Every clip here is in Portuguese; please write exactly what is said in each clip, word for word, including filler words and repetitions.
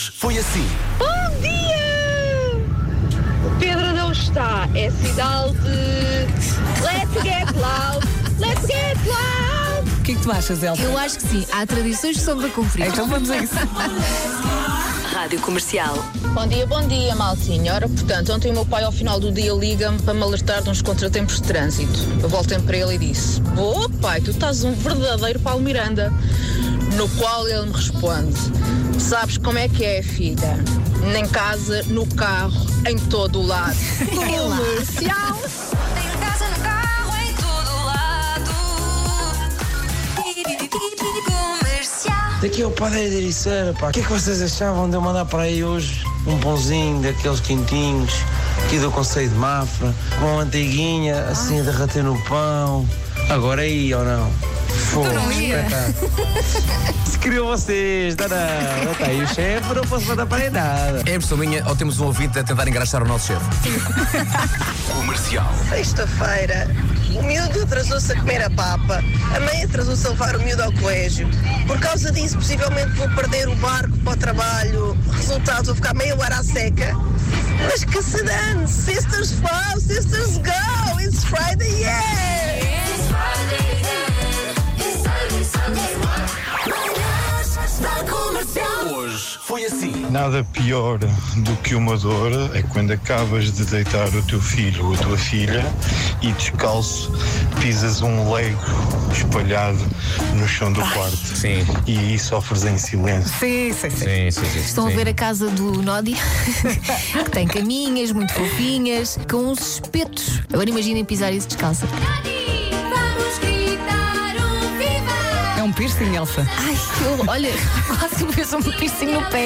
Hoje foi assim. Bom dia! O Pedro não está. É sinal de Let's get loud, let's get loud. O que é que tu achas, Elsa? Eu acho que sim. Há tradições que são para cumprir. Então vamos a isso. Rádio Comercial. Bom dia, bom dia, maltinha. Ora, portanto, ontem o meu pai ao final do dia liga-me para me alertar de uns contratempos de trânsito. Eu voltei para ele e disse: boa, pai, tu estás um verdadeiro Paulo Miranda. No qual ele me responde: sabes como é que é, filha? Nem casa, no carro, em todo o lado. Comercial. Em casa, no carro, em todo lado. Comercial. Daqui ao Padre da Ericeira, pá. O que é que vocês achavam de eu mandar para aí hoje um pãozinho daqueles quentinhos, aqui do Conselho de Mafra, com uma manteiguinha assim a derreter no pão? Agora aí ou não? Fogo, espetáculo. Se criou vocês, tá não. Está aí o chefe, não posso mandar para aí nada. É impressão minha ou temos um ouvinte a tentar engraxar o nosso chefe? Comercial. Sexta-feira, o miúdo atrasou-se a comer a papa, a mãe atrasou-se a levar o miúdo ao colégio. Por causa disso, possivelmente vou perder o barco para o trabalho. Resultado, vou ficar meia hora à seca. Mas que se dane! Sisters flow, sisters go! It's Friday, yeah! It's Friday, yeah. It's Sunday, Sunday, da Comercial. Hoje foi assim. Nada pior do que uma dor é quando acabas de deitar o teu filho ou a tua filha e descalço pisas um lego espalhado no chão do quarto. Sim. E aí sofres em silêncio. Sim, sim, sim. Sim, sim, sim. Estão sim. a ver a casa do Nodi, que tem caminhas muito fofinhas, com uns espetos. Agora imaginem pisar isso descalça. Vamos gritar um viva. É um piercing, Elsa. Ai, eu, olha, quase me fez um piercing no pé.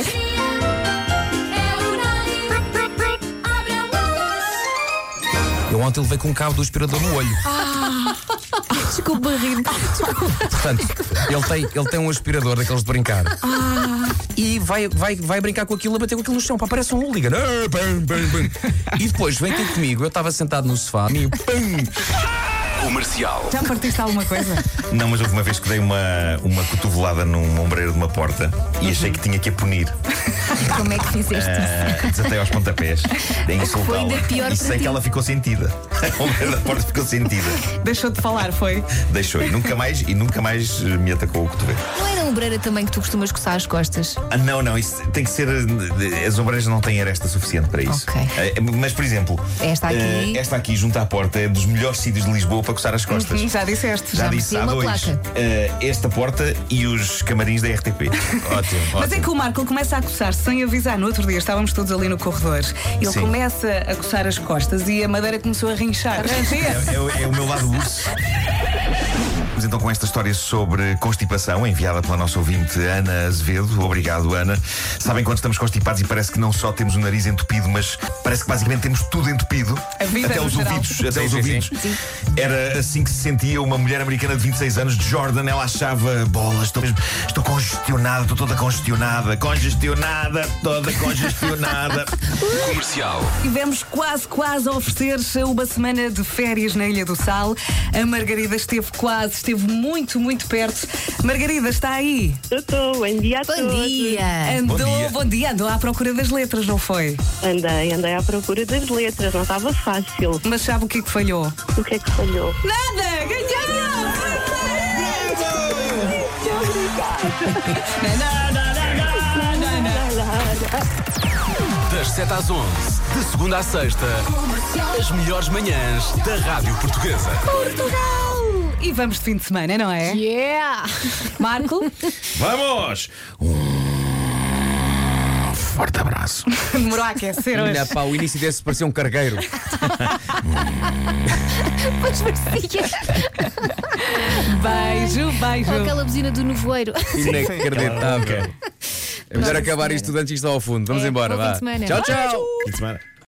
Eu ontem levei com um cabo do aspirador no olho. Desculpa, rir. Portanto, ele tem, ele tem um aspirador daqueles de brincar. Ah. E vai, vai, vai brincar com aquilo, a bater com aquilo no chão. Pá, parece um hooligan. Ah, bam, bam, bam. E depois vem ter comigo. Eu estava sentado no sofá e pum. Comercial. Já partiste alguma coisa? Não, mas houve uma vez que dei uma, uma cotovelada num ombreiro de uma porta e achei que tinha que a punir. Como é que fizeste isso? Uh, desatei aos pontapés. Dei insultá-la. ainda pior E para sei ti. que ela ficou sentida. O ombreiro da porta ficou sentida. Deixou de falar, foi? Deixou e nunca mais, e nunca mais me atacou o cotovelo. Não era a ombreira também que tu costumas coçar as costas? Ah, não, não, isso tem que ser. As ombreiras não têm aresta suficiente para isso. Ok. Uh, mas, por exemplo, Esta aqui- uh, esta aqui, junto à porta, é dos melhores sítios de Lisboa para coçar as costas. Uhum, já disseste. Já, Já disse, meti há uma dois. placa. Uh, esta porta e os camarins da R T P. Ótimo. Mas é que o Marco começa a coçar-se sem avisar. No outro dia estávamos todos ali no corredor. Ele Sim. começa a coçar as costas e a madeira começou a rinchar. É, é o- é o meu lado urso. Vamos então com esta história sobre constipação, enviada pela nossa ouvinte Ana Azevedo. Obrigado, Ana. Sabem quando estamos constipados e parece que não só temos o nariz entupido, mas parece que basicamente temos tudo entupido. A vida até no os geral. ouvidos. Até Sim, os sim, ouvidos. sim. Era assim que se sentia uma mulher americana de vinte e seis anos, de Jordan. Ela achava, bolas, estou mesmo, estou congestionada, estou toda congestionada, congestionada, toda congestionada. Comercial. Tivemos quase, quase a oferecer uma semana de férias na Ilha do Sal. A Margarida esteve quase, esteve muito, muito perto. Margarida, está aí? Estou, bom dia a Bom todos. dia! Andou, Bom dia. bom dia, andou à procura das letras, não foi? Andei, andei à procura das letras, não estava fácil. Mas sabe o que é que falhou? O que é que falhou? Nada! Ganhou! Das sete às onze, de segunda à sexta, as melhores manhãs da Rádio Portuguesa. E vamos de fim de semana, não é? Yeah! Marco? Vamos! Um forte abraço. Demorou a aquecer hoje. Olha, pá, o início desse parecia um cargueiro. Pois parecia. Beijo, beijo. Ou aquela buzina do nevoeiro. Inacreditável. É melhor acabar isto antes de estar ao fundo. Vamos É, embora, bom vá. fim de semana. Tchau, tchau. Fim de semana.